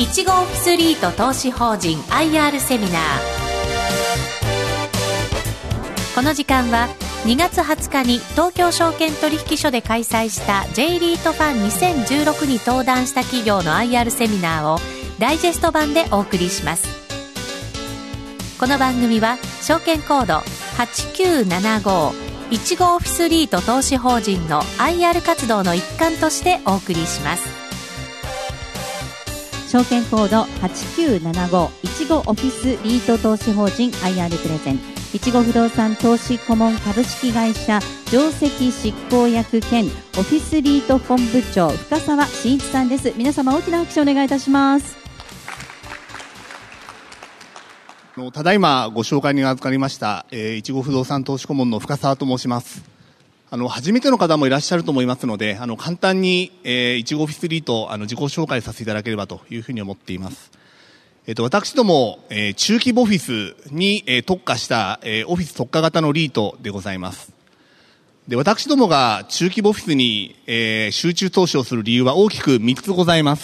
いちごオフィスリート投資法人 IR セミナー。この時間は2月20日に東京証券取引所で開催した J リートファン2016に登壇した企業の IR セミナーをダイジェスト版でお送りします。この番組は証券コード8975いちごオフィスリート投資法人の IR 活動の一環としてお送りします。 証券コード8975いちごオフィスリート投資法人 IR プレゼンいちご不動産投資顧問株式会社上席執行役兼オフィスリート本部長深澤真一さんです。皆様大きな拍手をお願いいたします。 ただいまご紹介に預かりましたいちご不動産投資顧問の深澤と申します。初めての方もいらっしゃると思いますので、簡単にいちごオフィスリート自己紹介させていただければというふうに思っています。私ども中規模オフィスに特化したオフィス特化型のリートでございます。で、私どもが中規模オフィスに集中投資をする理由は大きく3つございます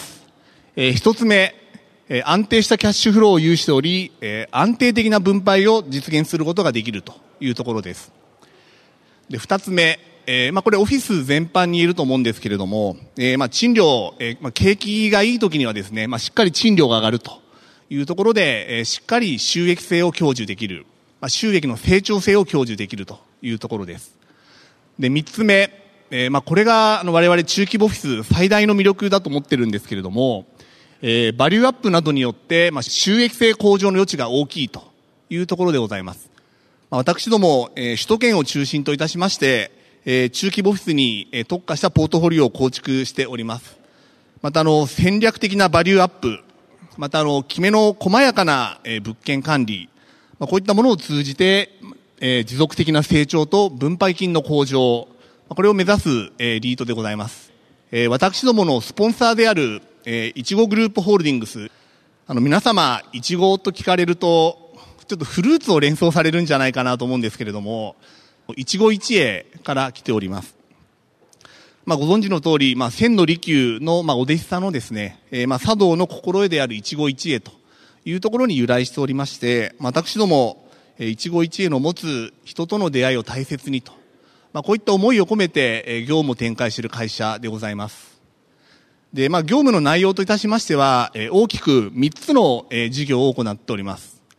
。1つ目、安定したキャッシュフローを有しており、安定的な分配を実現することができるというところです。で、2つ目、これオフィス全般に言えると思うんですけれども、賃料、景気がいい時にはですね、しっかり賃料が上がるというところで、しっかり収益性を享受できる、収益の成長性を享受できるというところです。で、3つ目、これが我々中規模オフィス最大の魅力だと思ってるんですけれども、バリューアップなどによって、収益性向上の余地が大きいというところでございます。私ども、首都圏を中心といたしまして、中規模オフィスに特化したポートフォリオを構築しております。また戦略的なバリューアップ、またきめの細やかな物件管理、こういったものを通じて、持続的な成長と分配金の向上、これを目指すリートでございます。私どものスポンサーであるいちごグループホールディングス、皆様いちごと聞かれるとちょっとフルーツを連想されるんじゃないかなと思うんですけれども、一期一会から来ております。ご存知の通り、千利休のお弟子さんのですね、茶道の心得である一期一会というところに由来しておりまして、私ども一期一会の持つ人との出会いを大切にと、こういった思いを込めて業務を展開している会社でございます。で、業務の内容といたしましては、大きく3つの事業を行っております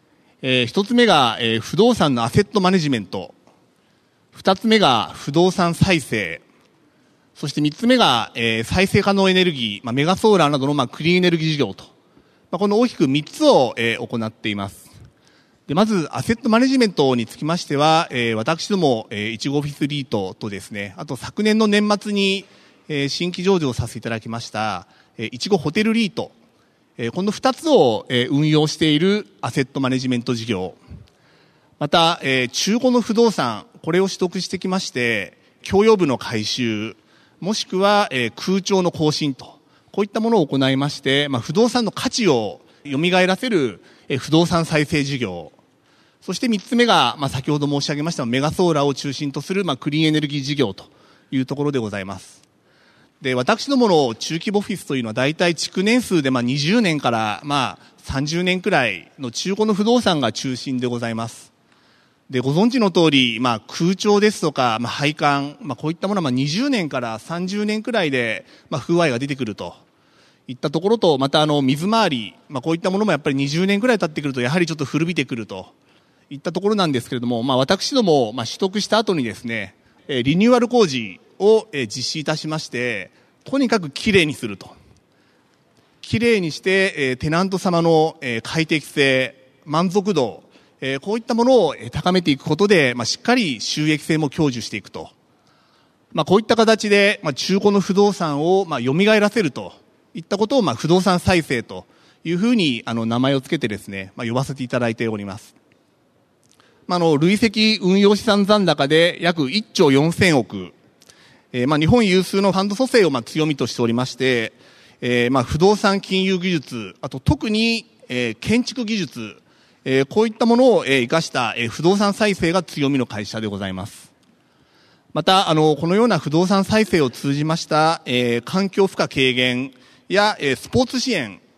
。1つ目が不動産のアセットマネジメント、2つ目が不動産再生、そして3つ目が再生可能エネルギー、メガソーラーなどのクリーンエネルギー事業と、この大きく3つを行っています。で、まずアセットマネジメントにつきましては、私どもいちごオフィスリートとですね、あと昨年の年末に新規上場させていただきましたいちごホテルリート、この2つを運用しているアセットマネジメント事業、また中古の不動産、これを取得してきまして共用部の改修、もしくは空調の更新と、こういったものを行いまして、不動産の価値を蘇らせる不動産再生事業、そして3つ目が先ほど申し上げましたメガソーラーを中心とするクリーンエネルギー事業というところでございます。で、私どもの中規模オフィスというのは大体築年数で20年から30年くらいの中古の不動産が中心でございます。で、ご存知の通り、空調ですとか、配管、こういったものは20年から30年くらいで、不具合が出てくるといったところと、また水回り、こういったものもやっぱり20年くらい経ってくると、やはりちょっと古びてくるといったところなんですけれども、私ども、取得した後にですね、リニューアル工事を実施いたしまして、とにかくきれいにすると。きれいにして、テナント様の快適性、満足度、こういったものを高めていくことで、しっかり収益性も享受していくと。こういった形で、中古の不動産を蘇らせるといったことを、不動産再生というふうに名前をつけてですね、呼ばせていただいております。累積運用資産残高で約1兆4000億、日本有数のファンド組成を強みとしておりまして、不動産金融技術、あと特に、建築技術、こういったものを生かした、不動産再生が強みの会社でございます。またこのような不動産再生を通じました、環境負荷軽減やスポーツ支援、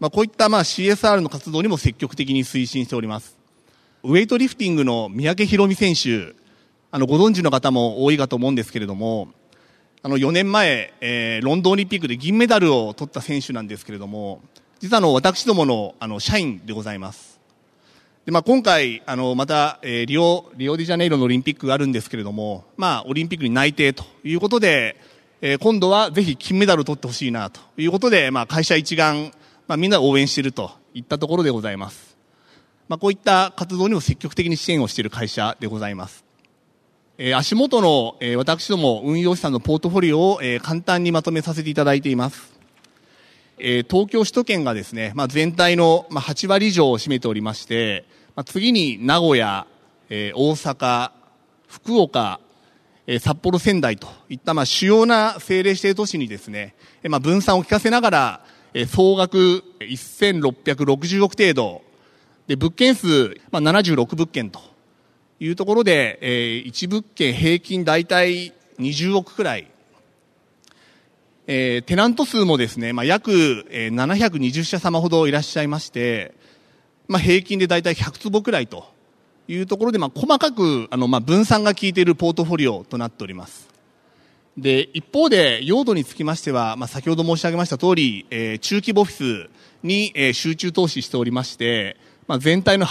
こういったCSR の活動にも積極的に推進しております。ウェイトリフティングの三宅宏美選手、ご存知の方も多いかと思うんですけれども、4年前、ロンドンオリンピックで銀メダルを取った選手なんですけれども、実は私どもの社員でございます。で、今回また、リオデジャネイロのオリンピックがあるんですけれども、オリンピックに内定ということで、今度はぜひ金メダルを取ってほしいなということで、会社一丸、みんな応援しているといったところでございます。こういった活動にも積極的に支援をしている会社でございます。足元の、私ども運用資産のポートフォリオを、簡単にまとめさせていただいています。東京首都圏がですね、全体の、8割以上を占めておりまして、次に名古屋、大阪、福岡、札幌、仙台といった、主要な政令指定都市にですね、分散を効かせながら、総額1660億程度、で、物件数、76物件というところで、1物件平均大体20億くらい。テナント数もですね、約720社様ほどいらっしゃいまして、平均で大体100坪くらいというところで、細かく、分散が効いているポートフォリオとなっております。で、一方で、用途につきましては、先ほど申し上げました通り、中規模オフィスに、集中投資しておりまして、全体の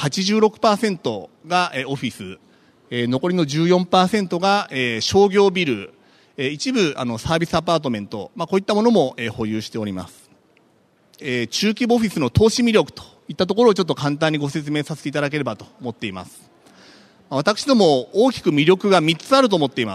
86% が、オフィス、残りの 14% が、商業ビル、一部サービスアパートメント、こういったものも、保有しております。中規模オフィスの投資魅力といったところをちょっと簡単にご説明させていただければと思っています。私ども大きく魅力が3つあると思っています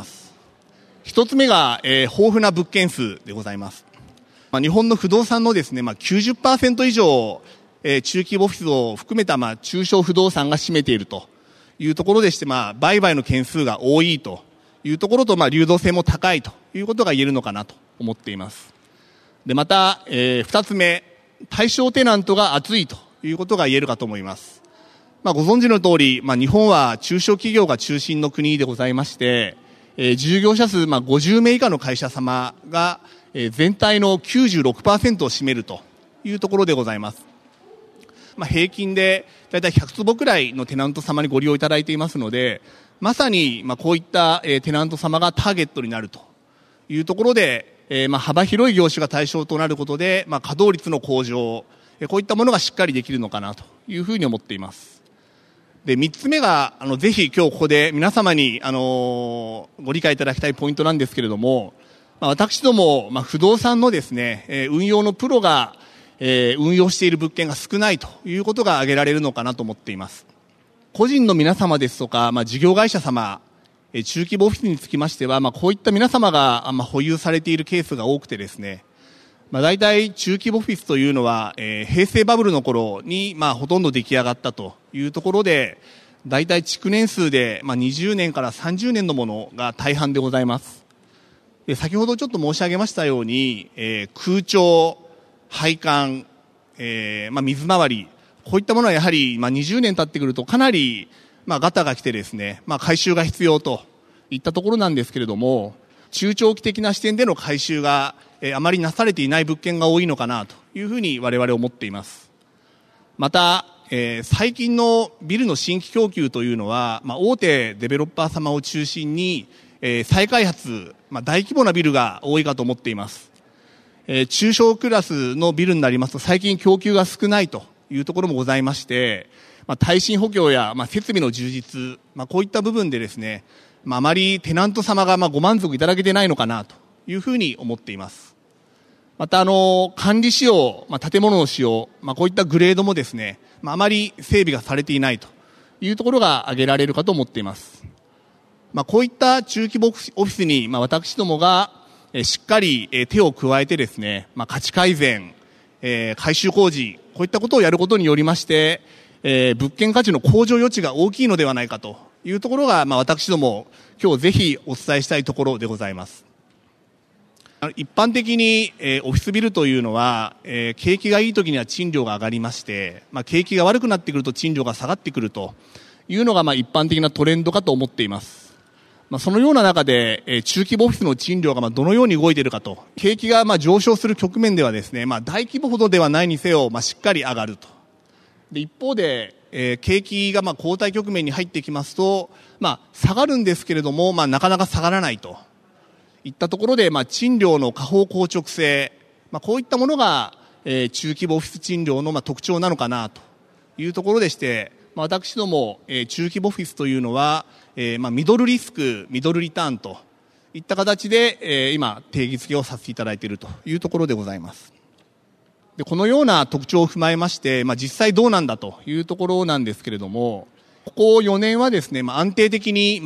。1つ目が、豊富な物件数でございます。日本の不動産のですね、90% 以上、中規模オフィスを含めた、中小不動産が占めているというところでして、売買の件数が多いというところと、流動性も高いということが言えるのかなと思っています。で、また、2つ目、対象テナントが厚いということが言えるかと思います。ご存知の通り、日本は中小企業が中心の国でございまして、従業者数、50名以下の会社様が、全体の 96% を占めるというところでございます。平均でだいたい100坪くらいのテナント様にご利用いただいていますので、まさにこういったテナント様がターゲットになるというところで、幅広い業種が対象となることで、稼働率の向上、こういったものがしっかりできるのかなというふうに思っています。で、3つ目が、ぜひ今日ここで皆様に、ご理解いただきたいポイントなんですけれども、私ども、不動産のですね、運用のプロが、運用している物件が少ないということが挙げられるのかなと思っています。個人の皆様ですとか、事業会社様、中規模オフィスにつきましては、こういった皆様が、保有されているケースが多くてですね、大体中規模オフィスというのは、平成バブルの頃に、ほとんど出来上がったというところで、大体築年数で、20年から30年のものが大半でございます。で、先ほどちょっと申し上げましたように、空調、配管、水回り、こういったものはやはり、20年経ってくるとかなり、ガタが来てですね、改修が必要といったところなんですけれども、中長期的な視点での改修が、あまりなされていない物件が多いのかなというふうに我々思っています。また、最近のビルの新規供給というのは、大手デベロッパー様を中心に、再開発、大規模なビルが多いかと思っています。中小クラスのビルになりますと最近供給が少ないというところもございまして、耐震補強や、設備の充実、こういった部分でですね、あまりテナント様がご満足いただけてないのかなというふうに思っています。また管理仕様、建物の仕様、こういったグレードもですね、あまり整備がされていないというところが挙げられるかと思っています。こういった中規模オフィスに、私どもがしっかり手を加えてですね、価値改善、改修工事、こういったことをやることによりまして、物件価値の向上余地が大きいのではないかというところが、私ども今日ぜひお伝えしたいところでございます。一般的に、オフィスビルというのは、景気がいい時には賃料が上がりまして、景気が悪くなってくると賃料が下がってくるというのが、一般的なトレンドかと思っています。 そのような中で、中規模オフィスの賃料がどのように動いているかと、景気が上昇する局面ではですね、大規模ほどではないにせよ、しっかり上がると。で、一方で、景気が後退局面に入ってきますと、下がるんですけれども、なかなか下がらないといったところで、賃料の下方硬直性、こういったものが、中規模オフィス賃料の特徴なのかなというところでして、私ども、中規模オフィスというのは、ミドルリスク、ミドルリターンといった形で、今、定義付けをさせていただいているというところでございます。で、このような特徴を踏まえまして、実際どうなんだというところなんですけれども、ここ4年はですね、安定的に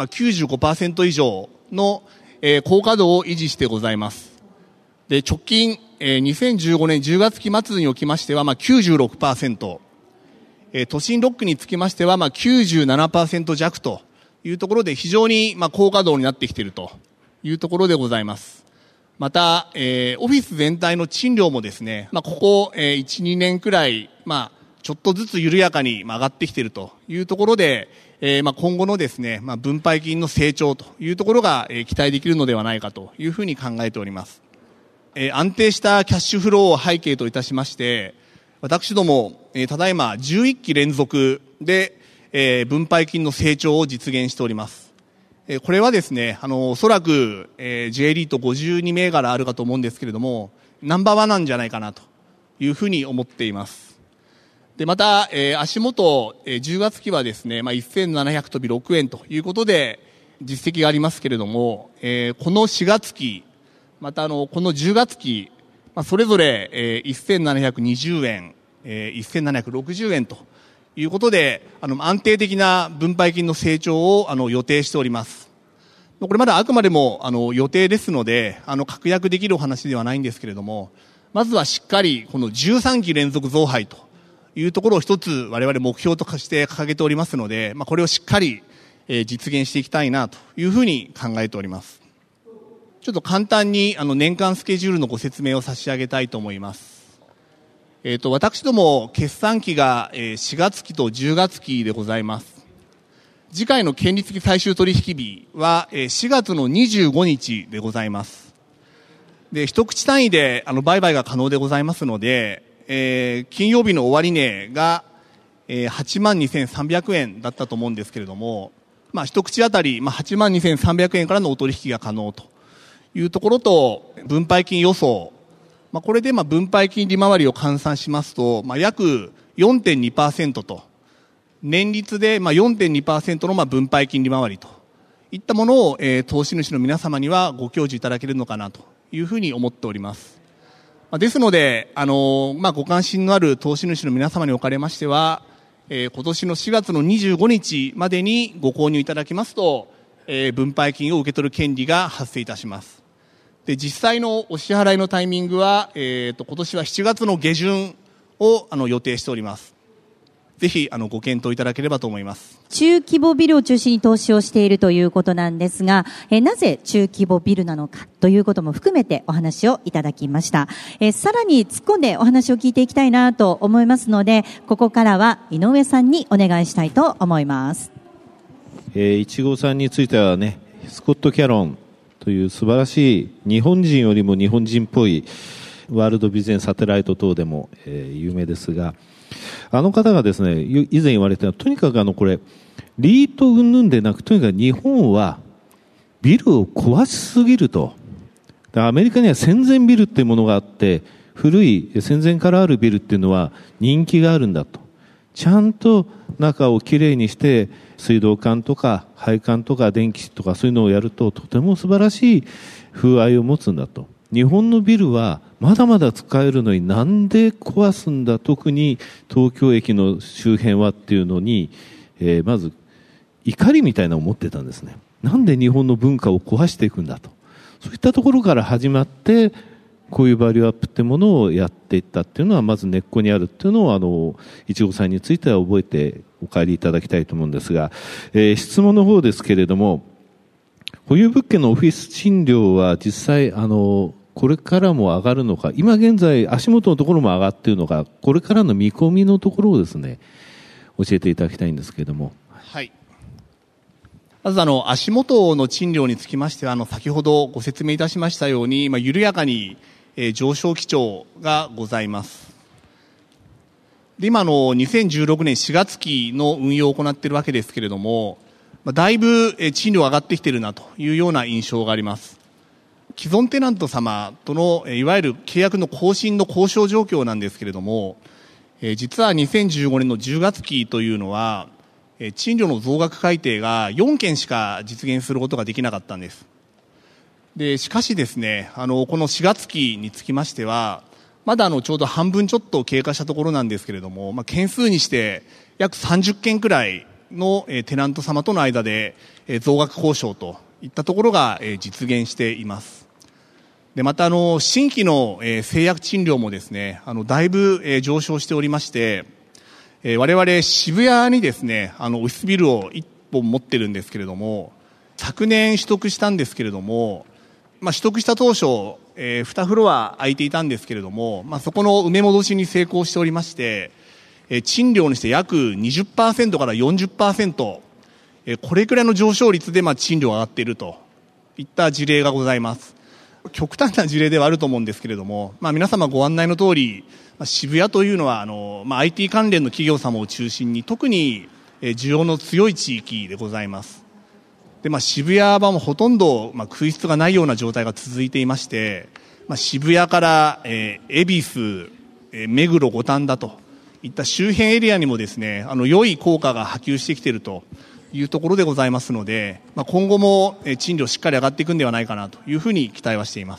95% 以上の、高稼働を維持してございます。で、直近、2015年10月期末におきましては、96%、都心6区につきましては、97% 弱というところで非常に高稼働になってきているというところでございます。また、オフィス全体の賃料もですね、ここ、1、2年くらい、ちょっとずつ緩やかに上がってきているというところで、今後のですね、分配金の成長というところが、期待できるのではないかというふうに考えております。安定したキャッシュフローを背景といたしまして、私ども、ただいま11期連続で、分配金の成長を実現しております。これはですね、おそらく、J リート52銘柄あるかと思うんですけれども、ナンバーワンなんじゃないかなというふうに思っています。で、また、足元、10月期はですね、1700飛び6円ということで、実績がありますけれども、この4月期、またこの10月期、それぞれ、1720円、1760円ということで、安定的な分配金の成長を予定しております。これまだあくまでも予定ですので、確約できるお話ではないんですけれども、まずはしっかりこの13期連続増配というところを一つ我々目標として掲げておりますので、これをしっかり実現していきたいなというふうに考えております。ちょっと簡単に年間スケジュールのご説明を差し上げたいと思います。私ども決算期が4月期と10月期でございます。次回の権利付き最終取引日は4月の25日でございます。で、一口単位で売買が可能でございますので、金曜日の終値が82,300 円だったと思うんですけれども、一口当たり82,300 円からのお取引が可能というところと、分配金予想、これで分配金利回りを換算しますと、約 4.2% と、年率で 4.2% の分配金利回りといったものを投資主の皆様にはご享受いただけるのかなというふうに思っております。ですので、ご関心のある投資主の皆様におかれましては、今年の4月の25日までにご購入いただきますと、分配金を受け取る権利が発生いたします。で、実際のお支払いのタイミングは、今年は7月の下旬を予定しております。ぜひご検討いただければと思います。 中規模ビルを中心に投資をしているということなんですが、なぜ中規模ビルなのかということも含めてお話をいただきました。さらに突っ込んでお話を聞いていきたいなと思いますので、ここからは井上さんにお願いしたいと思います。 1号さんについてはね、スコット・キャロンという素晴らしい日本人よりも日本人っぽいワールドビジネスサテライト等でも、有名ですが、あの方がですね、以前言われたのは、とにかくこれ、リート云々でなく、とにかく日本はビルを壊しすぎると。アメリカには戦前ビルっていうものがあって、古い戦前からあるビルっていうのは人気があるんだと。ちゃんと中をきれいにして、水道管とか配管とか電気とかそういうのをやると、とても素晴らしい風合いを持つんだと。日本のビルはまだまだ使えるのになんで壊すんだ、特に東京駅の周辺はっていうのに、まず怒りみたいなのを持ってたんですね。なんで日本の文化を壊していくんだと。そういったところから始まって、こういうバリューアップってものをやっていったっていうのはまず根っこにあるっていうのを一号さんについては覚えてお帰りいただきたいと思うんですが、質問の方ですけれども、保有物件のオフィス賃料は実際これからも上がるのか、今現在足元のところも上がっているのか、これからの見込みのところをですね、教えていただきたいんですけれども。 はい。 まず足元の賃料につきましては、先ほどご説明いたしましたように、緩やかに上昇基調がございます。で、今2016年4月期の運用を行っているわけですけれども、だいぶ賃料が上がってきているなというような印象があります。既存テナント様とのいわゆる契約の更新の交渉状況なんですけれども、実は2015年の10月期というのは、賃料の増額改定が4件しか実現することができなかったんです。で、しかしですね、この4月期につきましては、まだちょうど半分ちょっと経過したところなんですけれども、件数にして約30件くらいのテナント様との間で増額交渉といったところが実現しています。で、また新規の制約賃料もですね、だいぶ上昇しておりまして、我々渋谷にですね、オフィスビルを1本持ってるんですけれども、昨年取得したんですけれども、取得した当初、2フロア空いていたんですけれども、そこの埋め戻しに成功しておりまして、賃料にして約 20% から 40%、これくらいの上昇率で賃料が上がっているといった事例がございます。極端な事例ではあると思うんですけれども、皆様ご案内の通り、渋谷というのはIT 関連の企業様を中心に特に需要の強い地域でございます。で、渋谷はもうほとんど空室がないような状態が続いていまして、渋谷から恵比寿、目黒、五反田といった周辺エリアにもですね、良い効果が波及してきているというところでございますので、今後も賃料しっかり上がっていくんではないかなというふうに期待はしています。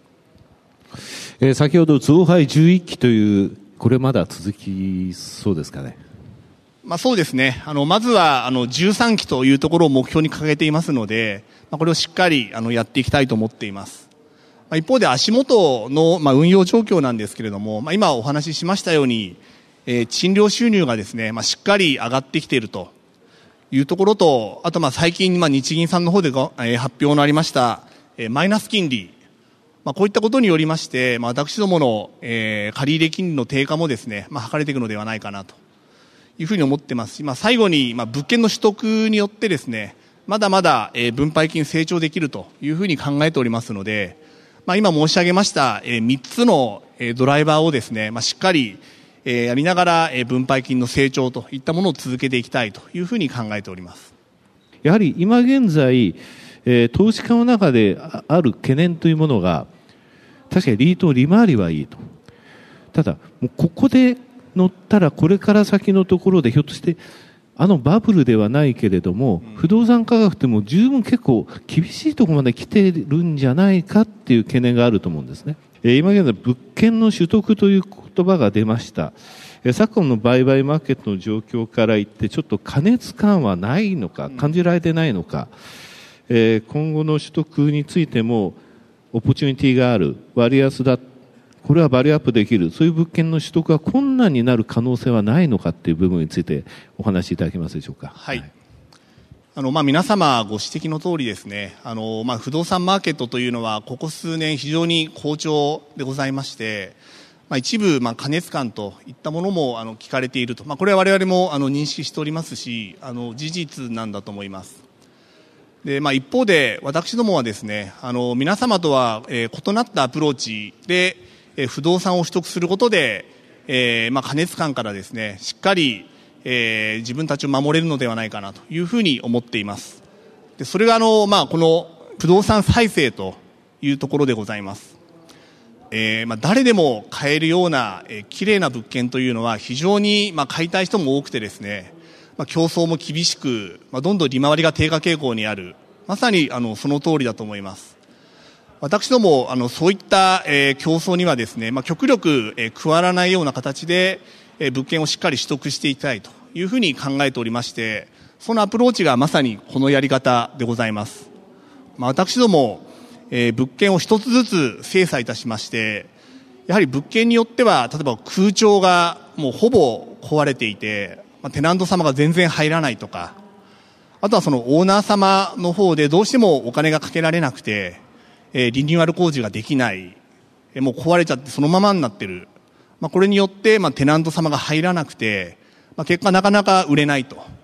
先ほど増配11期という、これまだ続きそうですかね。 そうですね。まずは13期というところを目標に掲げていますので、これをしっかりやっていきたいと思っています。一方で足元の運用状況なんですけれども、今お話ししましたように、賃料収入がですね、しっかり上がってきているというところと、あと最近日銀さんの方で発表のありましたマイナス金利、こういったことによりまして、私どもの借入金利の低下もですね、図れていくのではないかなというふうに思ってますし、最後に物件の取得によってですね、まだまだ分配金成長できるというふうに考えておりますので、今申し上げました3つのドライバーをですね、しっかりやりながら分配金の成長といったものを続けていきたいというふうに考えております。 やはり今現在、投資家の中である懸念というものが、確かにリートの利回りはいいと。ただ、もうここで乗ったらこれから先のところでひょっとしてバブルではないけれども、不動産価格ってもう十分結構厳しいところまで来てるんじゃないかっていう懸念があると思うんですね。今現在物件の取得という言葉が出ました。昨今の売買マーケットの状況から言ってちょっと過熱感はないのか、感じられてないのか、今後の取得についてもオポチュニティがある、割安だ、これはバリューアップできる、そういう物件の取得が困難になる可能性はないのかっていう部分についてお話しいただけますでしょうか。 はい。皆様ご指摘の通りですね、不動産マーケットというのはここ数年非常に好調でございまして、一部過熱感といったものも聞かれていると、これは我々も認識しておりますし、事実なんだと思います。で、一方で私どもはですね、皆様とは異なったアプローチで不動産を取得することで、過熱感からですね、しっかり自分たちを守れるのではないかなというふうに思っています。で、それがこの不動産再生というところでございます。誰でも買えるような綺麗な物件というのは非常に買いたい人も多くてですね、競争も厳しく、どんどん利回りが低下傾向にある、まさにその通りだと思います。私どもそういった競争にはですね、極力加わらないような形で物件をしっかり取得していきたいというふうに考えておりまして、そのアプローチがまさにこのやり方でございます。私ども物件を一つずつ精査いたしまして、やはり物件によっては例えば空調がもうほぼ壊れていて、テナント様が全然入らないとか、あとはそのオーナー様の方でどうしてもお金がかけられなくて、リニューアル工事ができない、もう壊れちゃってそのままになってる、これによってテナント様が入らなくて、結果なかなか売れないと、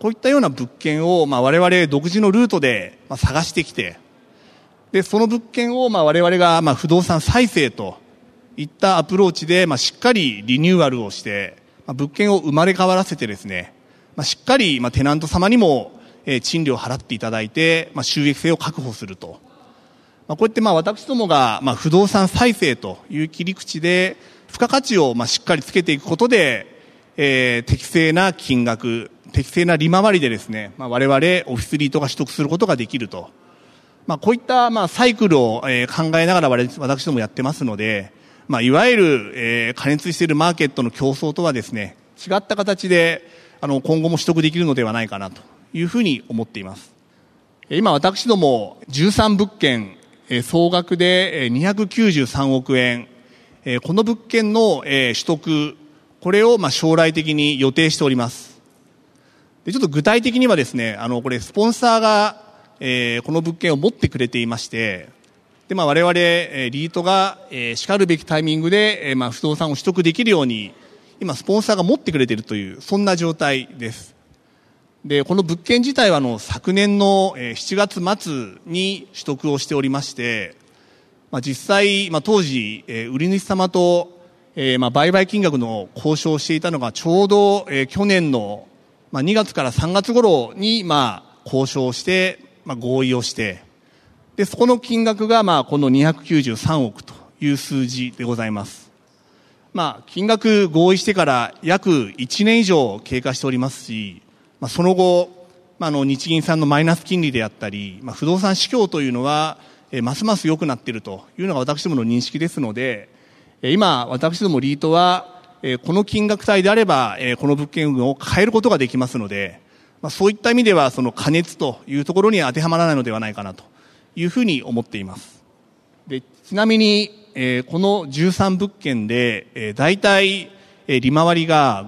こういったような物件を、我々独自のルートで、探してきて、で、その物件を、我々が、不動産再生といったアプローチで、しっかりリニューアルをして、物件を生まれ変わらせてですね、しっかり、テナント様にも、賃料を払っていただいて、収益性を確保すると。こうやって私どもが、不動産再生という切り口で、付加価値をしっかりつけていくことで、適正な金額、適正な利回りでですね、我々オフィスリートが取得することができると。こういったサイクルを考えながら私どもやってますので、いわゆる過熱しているマーケットの競争とはですね、違った形で今後も取得できるのではないかなというふうに思っています。今私ども13物件、総額で293億円、この物件の取得、これを将来的に予定しております。で、ちょっと具体的にはですね、これスポンサーがこの物件を持ってくれていまして、で、我々リートがしかるべきタイミングで不動産を取得できるように、今スポンサーが持ってくれているという、そんな状態です。で、この物件自体は昨年の7月末に取得をしておりまして、実際、当時、売り主様と、売買金額の交渉をしていたのがちょうど、去年の、2月から3月頃に、交渉して、合意をして、で、そこの金額が、この293億という数字でございます。金額合意してから約1年以上経過しておりますし、その後、日銀さんのマイナス金利であったり、不動産市況というのは、ますます良くなっているというのが私どもの認識ですので、今、私どもリートは、この金額帯であれば、この物件を買えることができますので、そういった意味では、その過熱というところには当てはまらないのではないかなというふうに思っています。で、ちなみに、この13物件で、大体、利回りが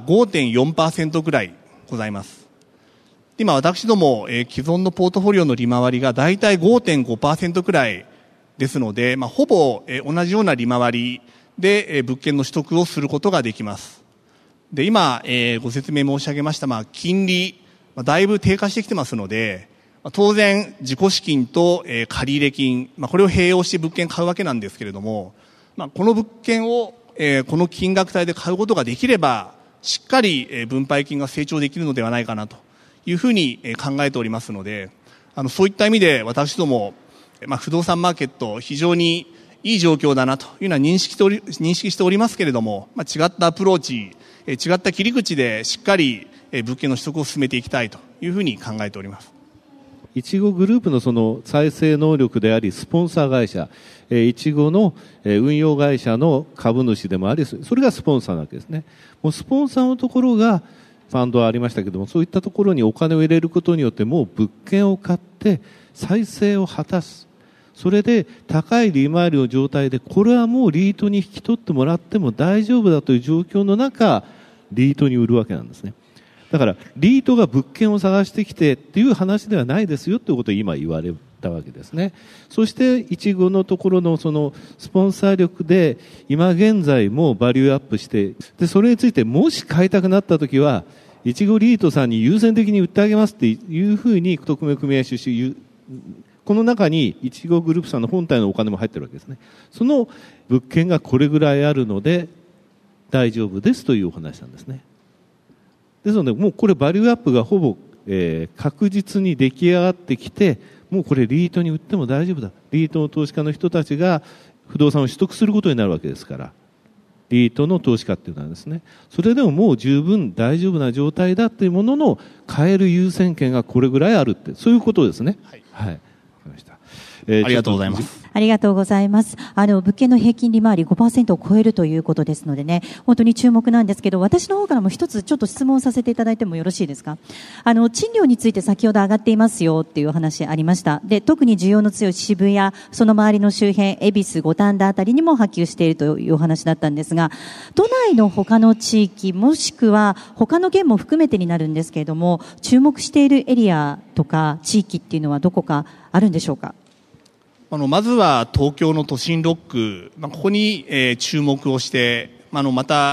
5.4% くらいございます。今私ども、既存のポートフォリオの利回りがだいたい 5.5% くらいですので、ほぼ、同じような利回りで、物件の取得をすることができます。で、今、ご説明申し上げました、金利、だいぶ低下してきてますので、当然自己資金と、借入金、これを併用して物件買うわけなんですけれども、この物件を、この金額帯で買うことができれば、しっかり、分配金が成長できるのではないかなというふうに考えておりますので、そういった意味で私ども、不動産マーケット非常にいい状況だなというのは認識しておりますけれども、違ったアプローチ、違った切り口でしっかり物件の取得を進めていきたいというふうに考えております。 いちごグループのその再生能力でありスポンサー会社、いちごの運用会社の株主でもあり、それがスポンサーなわけですね。もうスポンサーのところがファンドはありましたけども、そういったところにお金を入れることによってもう物件を買って再生を果たす。それで高い利回りの状態で、これはもうリートに引き取ってもらっても大丈夫だという状況の中、リートに売るわけなんですね。だからリートが物件を探してきてっていう話ではないですよということを今言われたわけですね。そしていちごのところのそのスポンサー力で今現在もバリューアップして、でそれについてもし買いたくなった時はいちごリートさんに優先的に売ってあげますっていうふうに匿名組合出資、この中にいちごグループさんの本体のお金も入ってるわけですね。その物件がこれぐらいあるので大丈夫ですというお話なんですね。ですのでもうこれバリューアップがほぼ、確実に出来上がってきて、もうこれリートに売っても大丈夫だ、リートの投資家の人たちが不動産を取得することになるわけですから、リートの投資家っていうのはですね、それでももう十分大丈夫な状態だというものの買える優先権がこれぐらいあるって、そういうことですね。はい、はい、わかりました。 ありがとうございます。 ありがとうございます。物件の平均利回り 5% を超えるということですのでね、本当に注目なんですけど、私の方からも一つちょっと質問させていただいてもよろしいですか。賃料について先ほど上がっていますよっていう話ありました。で、特に需要の強い渋谷、その周りの周辺、恵比寿、五反田あたりにも波及しているというお話だったんですが、都内の他の地域、もしくは他の県も含めてになるんですけれども、注目しているエリアとか地域っていうのはどこかあるんでしょうか。 まずは東京の都心6区、ここに、注目をして、また、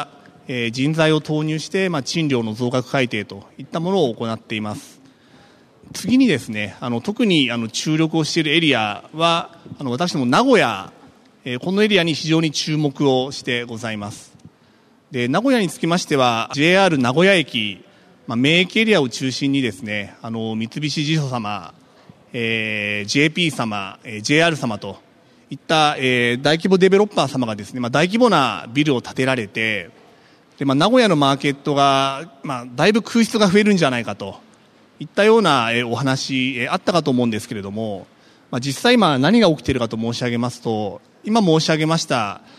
人材を投入して、賃料の増額改定といったものを行っています。次にですね、特に注力をしているエリアは私ども名古屋、このエリアに非常に注目をしてございます。で、名古屋につきましては JR 名古屋駅、名駅エリアを中心にですね、三菱地所様、JP 様、JR 様といった、大規模デベロッパー様がですね、大規模なビルを建てられて、で、名古屋のマーケットが、だいぶ空室が増えるんじゃないかといったような、お話、あったかと思うんですけれども、実際今何が起きているかと申し上げますと、今申し上げました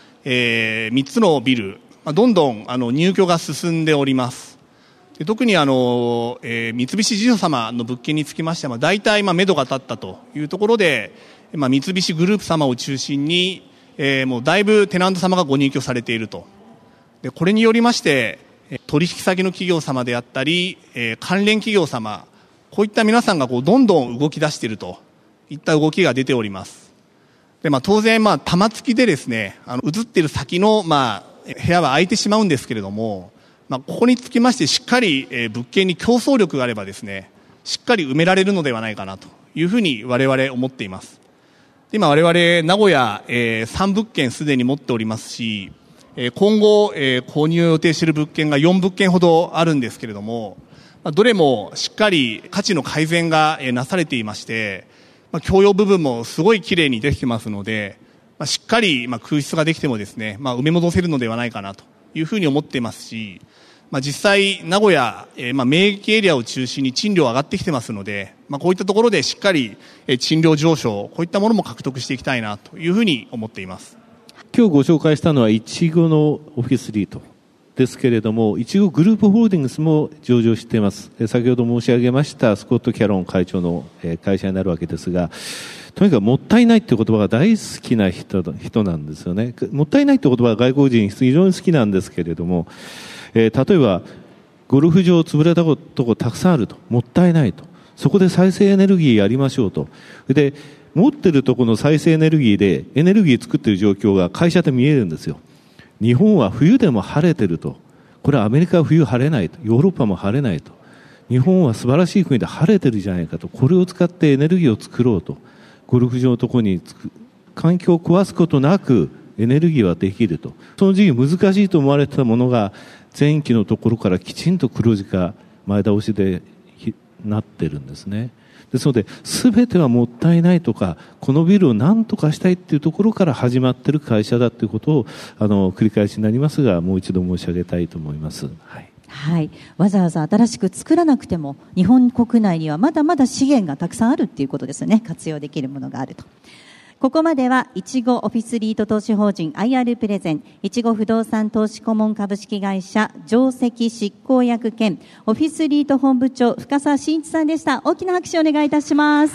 、3つのビル、どんどん入居が進んでおります。で、特に三菱地所様の物件につきましては、大体目処が立ったというところで、三菱グループ様を中心に、もうだいぶテナント様がご入居されていると。で、これによりまして取引先の企業様であったり、関連企業様、こういった皆さんがどんどん動き出しているといった動きが出ております。で、当然玉突きでですね、移っている先の部屋は空いてしまうんですけれども、ここにつきましてしっかり物件に競争力があればですね、しっかり埋められるのではないかなというふうに我々思っています。今我々名古屋3物件すでに持っておりますし、今後購入を予定している物件が4物件ほどあるんですけれども、どれもしっかり価値の改善がなされていまして、共用部分もすごい綺麗にできてますので、しっかり空室ができてもですね、埋め戻せるのではないかなというふうに思っていますし、実際名古屋、名駅エリアを中心に賃料上がってきてますので、こういったところでしっかり賃料上昇、こういったものも獲得していきたいなというふうに思っています。 今日ご紹介したのはいちごのオフィスリートですけれども、いちごグループホールディングスも上場しています。先ほど申し上げましたスコット・キャロン会長の会社になるわけですが、とにかくもったいないって言葉が大好きな人なんですよね。もったいないって言葉は外国人非常に好きなんですけれども、例えばゴルフ場潰れたとこたくさんあると、もったいないと、そこで再生エネルギーやりましょうと。で、持ってるところの再生エネルギーでエネルギー作っている状況が会社で見えるんですよ。日本は冬でも晴れてると。これはアメリカは冬晴れないと。ヨーロッパも晴れないと。日本は素晴らしい国で晴れてるじゃないかと。これを使ってエネルギーを作ろうと。ゴルフ場のところに環境を壊すことなくエネルギーはできると。その時期難しいと思われてたものが前期のところからきちんと黒字化前倒しでなってるんですね。ですので全てはもったいないとか、このビルを何とかしたいっていうところから始まっている会社だということを繰り返しになりますが、もう一度申し上げたいと思います。 はい、わざわざ新しく作らなくても日本国内にはまだまだ資源がたくさんあるっていうことですよね。活用できるものがあると。ここまではいちごオフィスリート投資法人 IR プレゼンいちご不動産投資顧問株式会社上席執行役兼オフィスリート本部長深澤真一さんでした。大きな拍手をお願いいたします。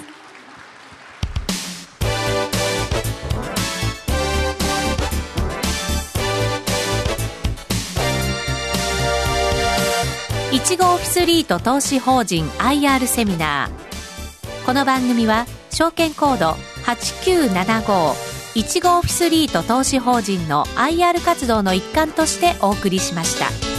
いちごオフィスリート投資法人 IR セミナー。この番組は証券コード8975いちごオフィスリート投資法人の IR 活動の一環としてお送りしました。